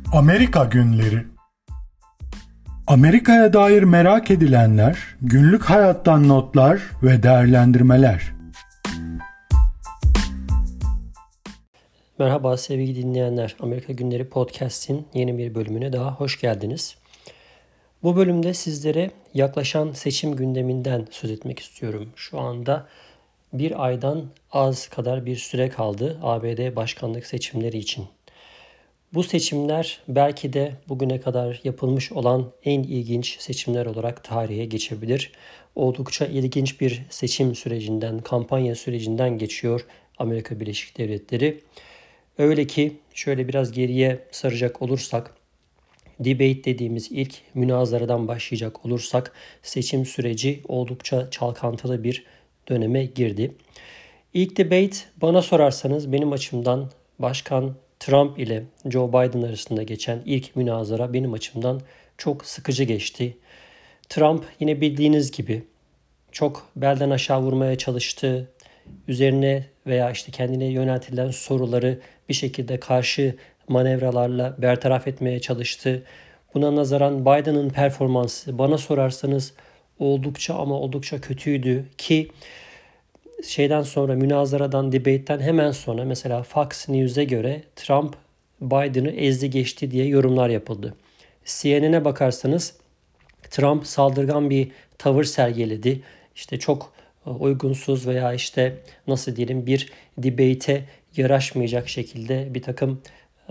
Amerika Günleri. Amerika'ya dair merak edilenler, günlük hayattan notlar ve değerlendirmeler. Merhaba sevgili dinleyenler. Amerika Günleri Podcast'in yeni bir bölümüne daha hoş geldiniz. Bu bölümde sizlere yaklaşan seçim gündeminden söz etmek istiyorum. Şu anda bir aydan az kadar bir süre kaldı ABD başkanlık seçimleri için. Bu seçimler belki de bugüne kadar yapılmış olan en ilginç seçimler olarak tarihe geçebilir. Oldukça ilginç bir seçim sürecinden, kampanya sürecinden geçiyor Amerika Birleşik Devletleri. Öyle ki şöyle biraz geriye saracak olursak, debate dediğimiz ilk münazaradan başlayacak olursak seçim süreci oldukça çalkantılı bir döneme girdi. İlk debate bana sorarsanız benim açımdan Başkan Trump ile Joe Biden arasında geçen ilk münazara benim açımdan çok sıkıcı geçti. Trump yine bildiğiniz gibi çok belden aşağı vurmaya çalıştı. Üzerine veya işte kendine yöneltilen soruları bir şekilde karşı manevralarla bertaraf etmeye çalıştı. Buna nazaran Biden'ın performansı bana sorarsanız oldukça kötüydü ki şeyden sonra münazaradan, debate'ten hemen sonra mesela Fox News'e göre Trump Biden'ı ezdi geçti diye yorumlar yapıldı. CNN'e bakarsanız Trump saldırgan bir tavır sergiledi. İşte çok uygunsuz veya işte nasıl diyelim bir debate'e yaraşmayacak şekilde bir takım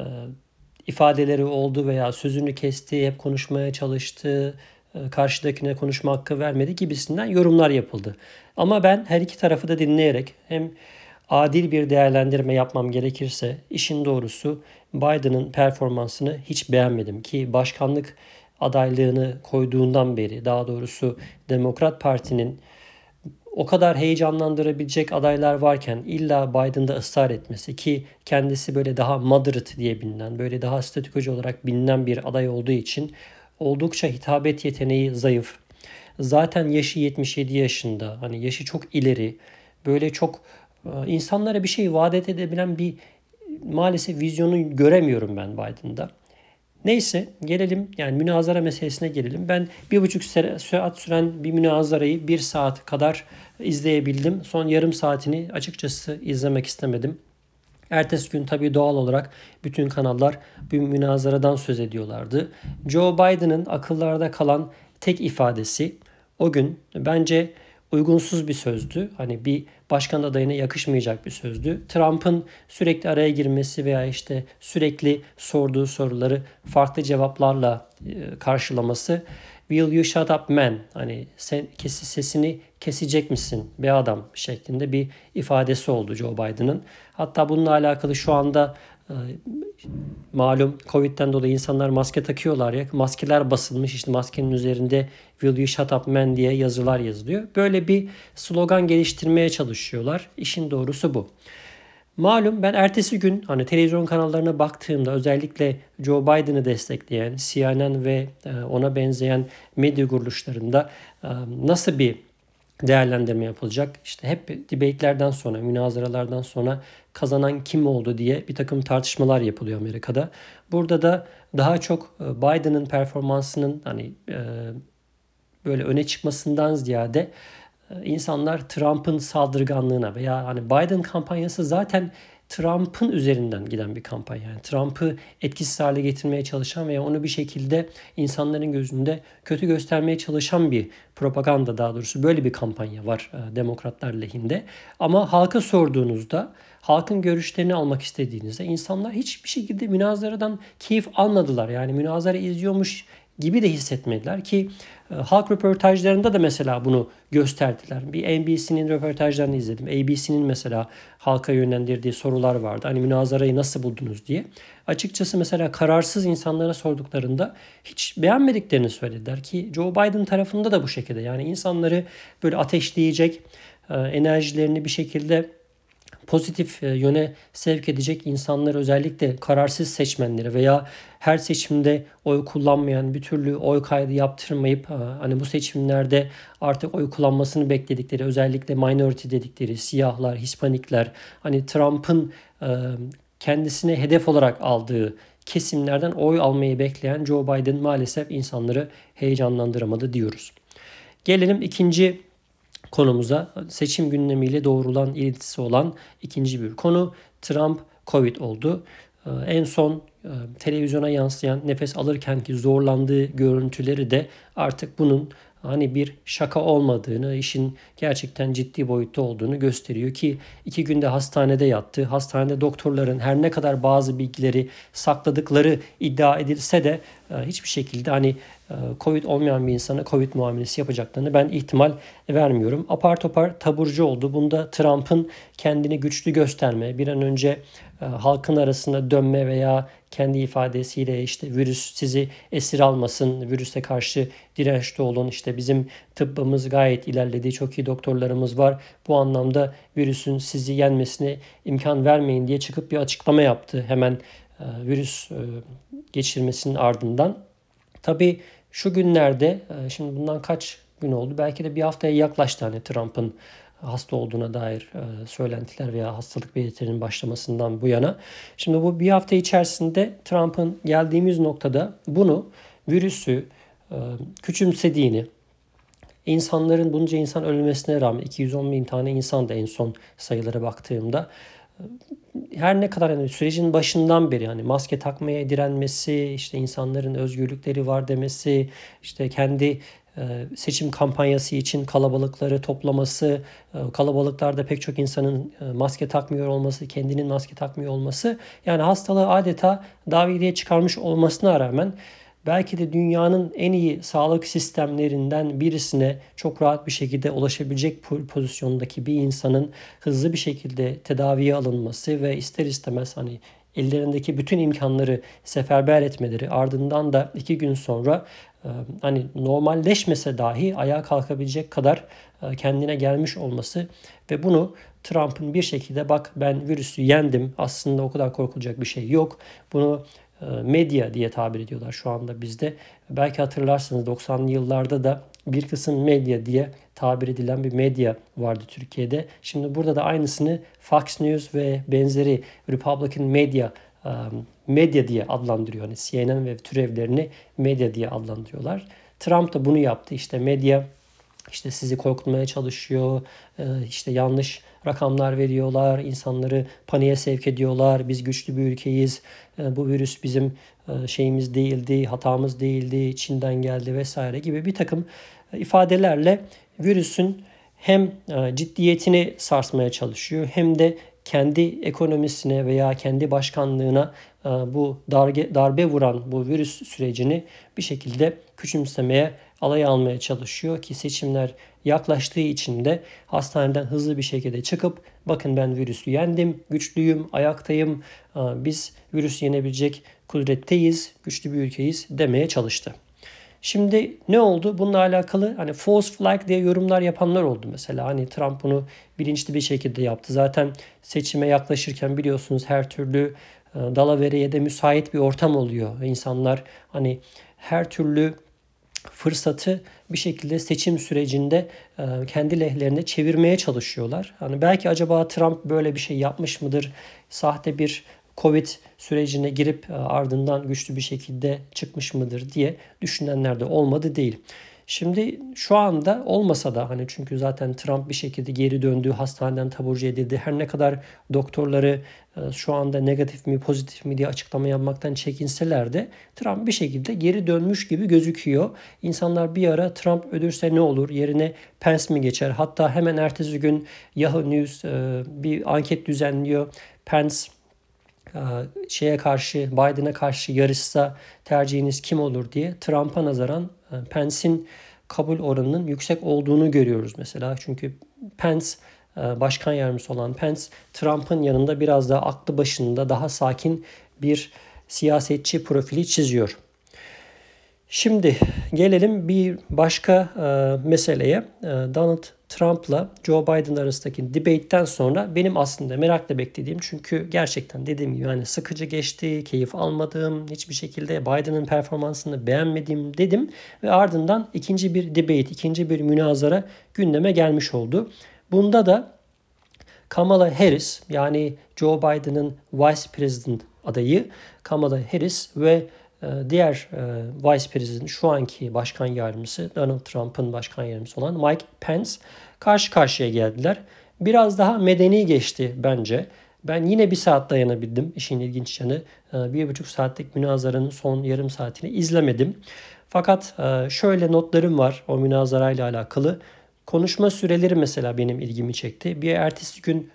ifadeleri oldu veya sözünü kesti, hep konuşmaya çalıştı, karşıdakine konuşma hakkı vermedi gibisinden yorumlar yapıldı. Ama ben her iki tarafı da dinleyerek hem adil bir değerlendirme yapmam gerekirse işin doğrusu Biden'ın performansını hiç beğenmedim ki başkanlık adaylığını koyduğundan beri, daha doğrusu Demokrat Parti'nin o kadar heyecanlandırabilecek adaylar varken illa Biden'da ısrar etmesi ki kendisi böyle daha moderate diye bilinen, böyle daha statükocu olarak bilinen bir aday olduğu için oldukça hitabet yeteneği zayıf. Zaten yaşı 77 yaşında, hani yaşı çok ileri, böyle çok insanlara bir şey vaat edebilen bir maalesef vizyonu göremiyorum ben Biden'da. Neyse gelelim yani münazara meselesine gelelim. Ben 1,5 saat süren bir münazarayı 1 saat kadar izleyebildim. Son yarım saatini açıkçası izlemek istemedim. Ertesi gün tabii doğal olarak bütün kanallar bir münazaradan söz ediyorlardı. Joe Biden'ın akıllarda kalan tek ifadesi o gün bence uygunsuz bir sözdü. Hani bir başkan adayına yakışmayacak bir sözdü. Trump'ın sürekli araya girmesi veya işte sürekli sorduğu soruları farklı cevaplarla karşılaması. Will you shut up man? Hani sen sesini kesecek misin be adam şeklinde bir ifadesi oldu Joe Biden'ın. Hatta bununla alakalı şu anda malum Covid'den dolayı insanlar maske takıyorlar ya. Maskeler basılmış, işte maskenin üzerinde "Will you shut up man" diye yazılar yazılıyor. Böyle bir slogan geliştirmeye çalışıyorlar. İşin doğrusu bu. Malum ben ertesi gün hani televizyon kanallarına baktığımda özellikle Joe Biden'ı destekleyen CNN ve ona benzeyen medya kuruluşlarında nasıl bir değerlendirme yapılacak? İşte hep debate'lerden sonra, münazaralardan sonra kazanan kim oldu diye bir takım tartışmalar yapılıyor Amerika'da. Burada da daha çok Biden'ın performansının hani böyle öne çıkmasından ziyade insanlar Trump'ın saldırganlığına veya hani Biden kampanyası zaten Trump'ın üzerinden giden bir kampanya. Yani Trump'ı etkisiz hale getirmeye çalışan veya onu bir şekilde insanların gözünde kötü göstermeye çalışan bir propaganda, daha doğrusu böyle bir kampanya var demokratlar lehinde. Ama halka sorduğunuzda, halkın görüşlerini almak istediğinizde insanlar hiçbir şekilde münazaradan keyif almadılar. Yani münazara izliyormuş gibi de hissetmediler ki halk röportajlarında da mesela bunu gösterdiler. Bir NBC'nin röportajlarını izledim. ABC'nin mesela halka yönlendirdiği sorular vardı. Hani münazarayı nasıl buldunuz diye. Açıkçası mesela kararsız insanlara sorduklarında hiç beğenmediklerini söylediler ki Joe Biden tarafında da bu şekilde. Yani insanları böyle ateşleyecek, enerjilerini bir şekilde pozitif yöne sevk edecek insanlar, özellikle kararsız seçmenleri veya her seçimde oy kullanmayan, bir türlü oy kaydı yaptırmayıp hani bu seçimlerde artık oy kullanmasını bekledikleri, özellikle minority dedikleri siyahlar, Hispanikler, hani Trump'ın kendisine hedef olarak aldığı kesimlerden oy almayı bekleyen Joe Biden maalesef insanları heyecanlandıramadı diyoruz. Gelelim ikinci konumuza. Seçim gündemiyle doğrulan ilintisi olan ikinci bir konu Trump Covid oldu. En son televizyona yansıyan nefes alırken ki zorlandığı görüntüleri de artık bunun hani bir şaka olmadığını, işin gerçekten ciddi boyutta olduğunu gösteriyor ki 2 günde hastanede yattı. Hastanede doktorların her ne kadar bazı bilgileri sakladıkları iddia edilse de hiçbir şekilde hani Covid olmayan bir insana Covid muamelesi yapacaklarını ben ihtimal vermiyorum. Apar topar taburcu oldu. Bunda Trump'ın kendini güçlü gösterme, bir an önce halkın arasında dönme veya kendi ifadesiyle işte virüs sizi esir almasın, virüse karşı dirençli olun, işte bizim tıbbımız gayet ilerledi, çok iyi doktorlarımız var. Bu anlamda virüsün sizi yenmesine imkan vermeyin diye çıkıp bir açıklama yaptı hemen virüs geçirmesinin ardından. Tabii şu günlerde, şimdi bundan kaç gün oldu? Belki de bir haftaya yaklaştı hani Trump'ın hasta olduğuna dair söylentiler veya hastalık belirtilerinin başlamasından bu yana. Şimdi bu bir hafta içerisinde Trump'ın geldiğimiz noktada bunu, virüsü küçümsediğini, insanların bunca insan ölmesine rağmen 210 bin tane insan da en son sayılara baktığımda her ne kadar yani sürecin başından beri hani maske takmaya direnmesi, işte insanların özgürlükleri var demesi, işte kendi seçim kampanyası için kalabalıkları toplaması, kalabalıklarda pek çok insanın maske takmıyor olması, kendinin maske takmıyor olması, yani hastalığı adeta davetiye çıkarmış olmasına rağmen belki de dünyanın en iyi sağlık sistemlerinden birisine çok rahat bir şekilde ulaşabilecek pozisyondaki bir insanın hızlı bir şekilde tedaviye alınması ve ister istemez hani ellerindeki bütün imkanları seferber etmeleri, ardından da 2 gün sonra hani normalleşmese dahi ayağa kalkabilecek kadar kendine gelmiş olması ve bunu Trump'ın bir şekilde bak ben virüsü yendim, aslında o kadar korkulacak bir şey yok, bunu medya diye tabir ediyorlar şu anda bizde. Belki hatırlarsınız 90'lı yıllarda da bir kısım medya diye tabir edilen bir medya vardı Türkiye'de. Şimdi burada da aynısını Fox News ve benzeri Republican medya diye adlandırıyor. Yani CNN ve türevlerini medya diye adlandırıyorlar. Trump da bunu yaptı. İşte medya işte sizi korkutmaya çalışıyor, işte yanlış rakamlar veriyorlar, insanları paniğe sevk ediyorlar, biz güçlü bir ülkeyiz, bu virüs bizim şeyimiz değildi, hatamız değildi, Çin'den geldi vesaire gibi bir takım ifadelerle virüsün hem ciddiyetini sarsmaya çalışıyor hem de kendi ekonomisine veya kendi başkanlığına bu darbe vuran bu virüs sürecini bir şekilde küçümsemeye, alaya almaya çalışıyor ki seçimler yaklaştığı için de hastaneden hızlı bir şekilde çıkıp bakın ben virüsü yendim, güçlüyüm, ayaktayım, biz virüsü yenebilecek kudretteyiz, güçlü bir ülkeyiz demeye çalıştı. Şimdi ne oldu? Bununla alakalı hani false flag diye yorumlar yapanlar oldu mesela. Hani Trump bunu bilinçli bir şekilde yaptı. Zaten seçime yaklaşırken biliyorsunuz her türlü dalavereye de müsait bir ortam oluyor. İnsanlar hani her türlü fırsatı bir şekilde seçim sürecinde kendi lehlerine çevirmeye çalışıyorlar. Hani belki acaba Trump böyle bir şey yapmış mıdır? Sahte bir Covid sürecine girip ardından güçlü bir şekilde çıkmış mıdır diye düşünenler de olmadı değil. Şimdi şu anda olmasa da hani çünkü zaten Trump bir şekilde geri döndü, hastaneden taburcu edildi. Her ne kadar doktorları şu anda negatif mi pozitif mi diye açıklama yapmaktan çekinseler de Trump bir şekilde geri dönmüş gibi gözüküyor. İnsanlar bir ara Trump ölürse ne olur, yerine Pence mi geçer? Hatta hemen ertesi gün Yahoo News bir anket düzenliyor. Pence Biden'a karşı yarışsa tercihiniz kim olur diye. Trump'a nazaran Pence'in kabul oranının yüksek olduğunu görüyoruz mesela. Çünkü Pence, başkan yardımcısı olan Pence, Trump'ın yanında biraz daha aklı başında, daha sakin bir siyasetçi profili çiziyor. Şimdi gelelim bir başka meseleye. Donald Trump'la Joe Biden arasındaki debate'ten sonra benim aslında merakla beklediğim, çünkü gerçekten dediğim gibi yani sıkıcı geçti, keyif almadığım, hiçbir şekilde Biden'ın performansını beğenmediğim dedim ve ardından ikinci bir debate, ikinci bir münazara gündeme gelmiş oldu. Bunda da Kamala Harris, yani Joe Biden'ın Vice President adayı Kamala Harris ve diğer Vice President, şu anki başkan yardımcısı, Donald Trump'ın başkan yardımcısı olan Mike Pence karşı karşıya geldiler. Biraz daha medeni geçti bence. Ben yine bir saat dayanabildim. İşin ilginç yanı, 1,5 saatlik münazaranın son yarım saatini izlemedim. Fakat şöyle notlarım var o münazarayla alakalı. Konuşma süreleri mesela benim ilgimi çekti. Bir ertesi gün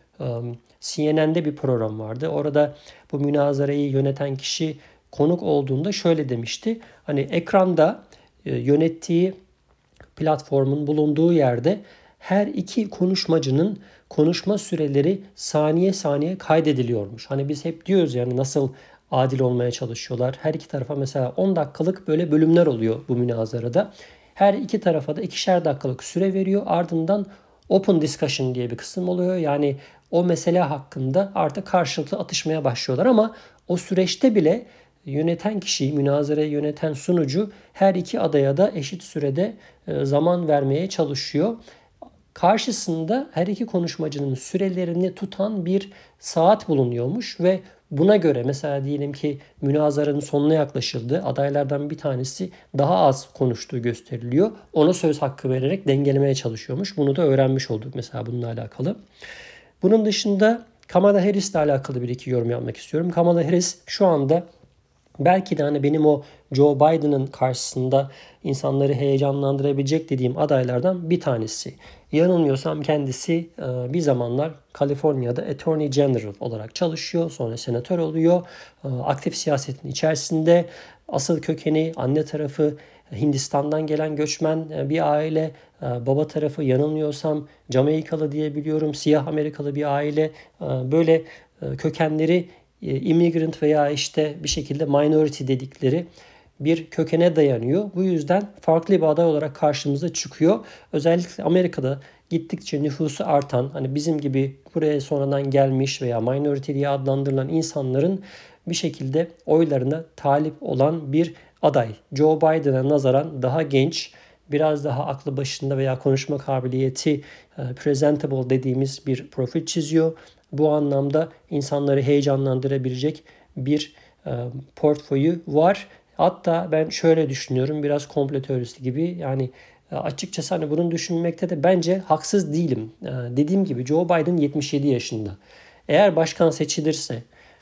CNN'de bir program vardı. Orada bu münazarayı yöneten kişi konuk olduğunda şöyle demişti. Hani ekranda yönettiği platformun bulunduğu yerde her iki konuşmacının konuşma süreleri saniye saniye kaydediliyormuş. Hani biz hep diyoruz yani nasıl adil olmaya çalışıyorlar. Her iki tarafa mesela 10 dakikalık böyle bölümler oluyor bu münazarada. Her iki tarafa da 2'şer dakikalık süre veriyor. Ardından open discussion diye bir kısım oluyor. Yani o mesele hakkında artık karşılıklı atışmaya başlıyorlar ama o süreçte bile yöneten kişi, münazarayı yöneten sunucu her iki adaya da eşit sürede zaman vermeye çalışıyor. Karşısında her iki konuşmacının sürelerini tutan bir saat bulunuyormuş ve buna göre mesela diyelim ki münazaranın sonuna yaklaşıldı. Adaylardan bir tanesi daha az konuştuğu gösteriliyor. Ona söz hakkı vererek dengelemeye çalışıyormuş. Bunu da öğrenmiş olduk mesela bununla alakalı. Bunun dışında Kamala Harris ile alakalı bir iki yorum yapmak istiyorum. Kamala Harris şu anda belki de hani benim o Joe Biden'ın karşısında insanları heyecanlandırabilecek dediğim adaylardan bir tanesi. Yanılmıyorsam kendisi bir zamanlar Kaliforniya'da Attorney General olarak çalışıyor. Sonra senatör oluyor. Aktif siyasetin içerisinde, asıl kökeni anne tarafı Hindistan'dan gelen göçmen bir aile. Baba tarafı yanılmıyorsam Jamaikalı diye biliyorum. Siyah Amerikalı bir aile. Böyle kökenleri immigrant veya işte bir şekilde minority dedikleri bir kökene dayanıyor. Bu yüzden farklı bir aday olarak karşımıza çıkıyor. Özellikle Amerika'da gittikçe nüfusu artan, hani bizim gibi buraya sonradan gelmiş veya minority diye adlandırılan insanların bir şekilde oylarına talip olan bir aday. Joe Biden'a nazaran daha genç, biraz daha aklı başında veya konuşma kabiliyeti presentable dediğimiz bir profil çiziyor. Bu anlamda insanları heyecanlandırabilecek bir portföyü var. Hatta ben şöyle düşünüyorum, biraz komplo teorisi gibi, yani açıkçası hani bunu düşünmekte de bence haksız değilim. Dediğim gibi Joe Biden 77 yaşında. Eğer başkan seçilirse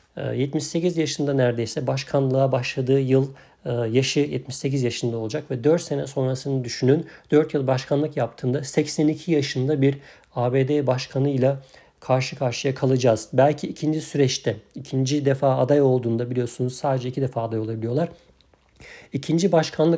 78 yaşında neredeyse başkanlığa başladığı yıl yaşı 78 yaşında olacak ve 4 sene sonrasını düşünün. 4 yıl başkanlık yaptığında 82 yaşında bir ABD başkanıyla karşı karşıya kalacağız. Belki ikinci süreçte, ikinci defa aday olduğunda, biliyorsunuz sadece 2 defa aday olabiliyorlar. İkinci başkanlık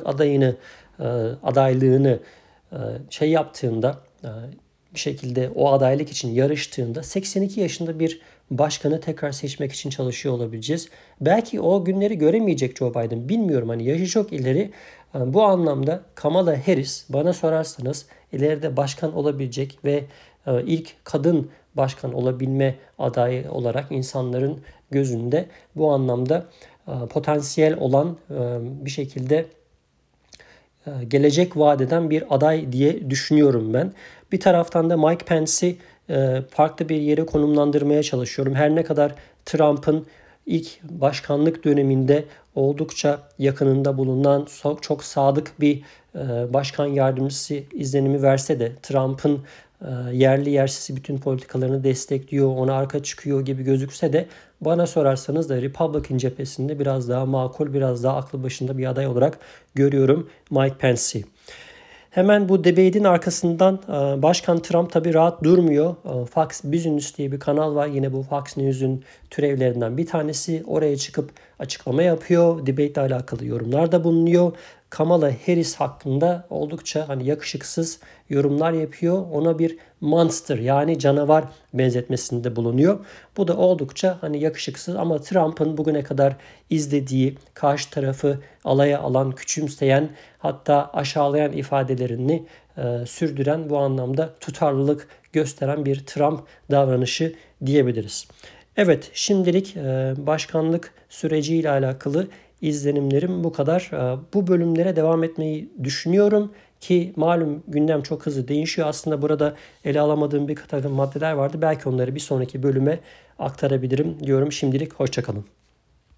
adaylığını yaptığında, bir şekilde o adaylık için yarıştığında 82 yaşında bir başkanı tekrar seçmek için çalışıyor olabileceğiz. Belki o günleri göremeyecek Joe Biden. Bilmiyorum, hani yaşı çok ileri. Bu anlamda Kamala Harris bana sorarsanız ileride başkan olabilecek ve ilk kadın başkan olabilme adayı olarak insanların gözünde bu anlamda potansiyel olan, bir şekilde gelecek vaat eden bir aday diye düşünüyorum ben. Bir taraftan da Mike Pence'i farklı bir yere konumlandırmaya çalışıyorum. Her ne kadar Trump'ın ilk başkanlık döneminde oldukça yakınında bulunan çok sadık bir başkan yardımcısı izlenimi verse de, Trump'ın yerli yersiz bütün politikalarını destekliyor, ona arka çıkıyor gibi gözükse de, bana sorarsanız da Republican cephesinde biraz daha makul, biraz daha aklı başında bir aday olarak görüyorum Mike Pence'i. Hemen bu debate'in arkasından Başkan Trump tabii rahat durmuyor. Fox Business diye bir kanal var. Yine bu Fox News'ün türevlerinden bir tanesi. Oraya çıkıp açıklama yapıyor. Debate ile alakalı yorumlarda bulunuyor. Kamala Harris hakkında oldukça hani yakışıksız yorumlar yapıyor. Ona bir monster, yani canavar benzetmesinde bulunuyor. Bu da oldukça hani yakışıksız, ama Trump'ın bugüne kadar izlediği, karşı tarafı alaya alan, küçümseyen, hatta aşağılayan ifadelerini sürdüren, bu anlamda tutarlılık gösteren bir Trump davranışı diyebiliriz. Evet, şimdilik başkanlık süreciyle alakalı izlenimlerim bu kadar. Bu bölümlere devam etmeyi düşünüyorum ki malum gündem çok hızlı değişiyor. Aslında burada ele alamadığım bir takım maddeler vardı. Belki onları bir sonraki bölüme aktarabilirim diyorum. Şimdilik hoşça kalın.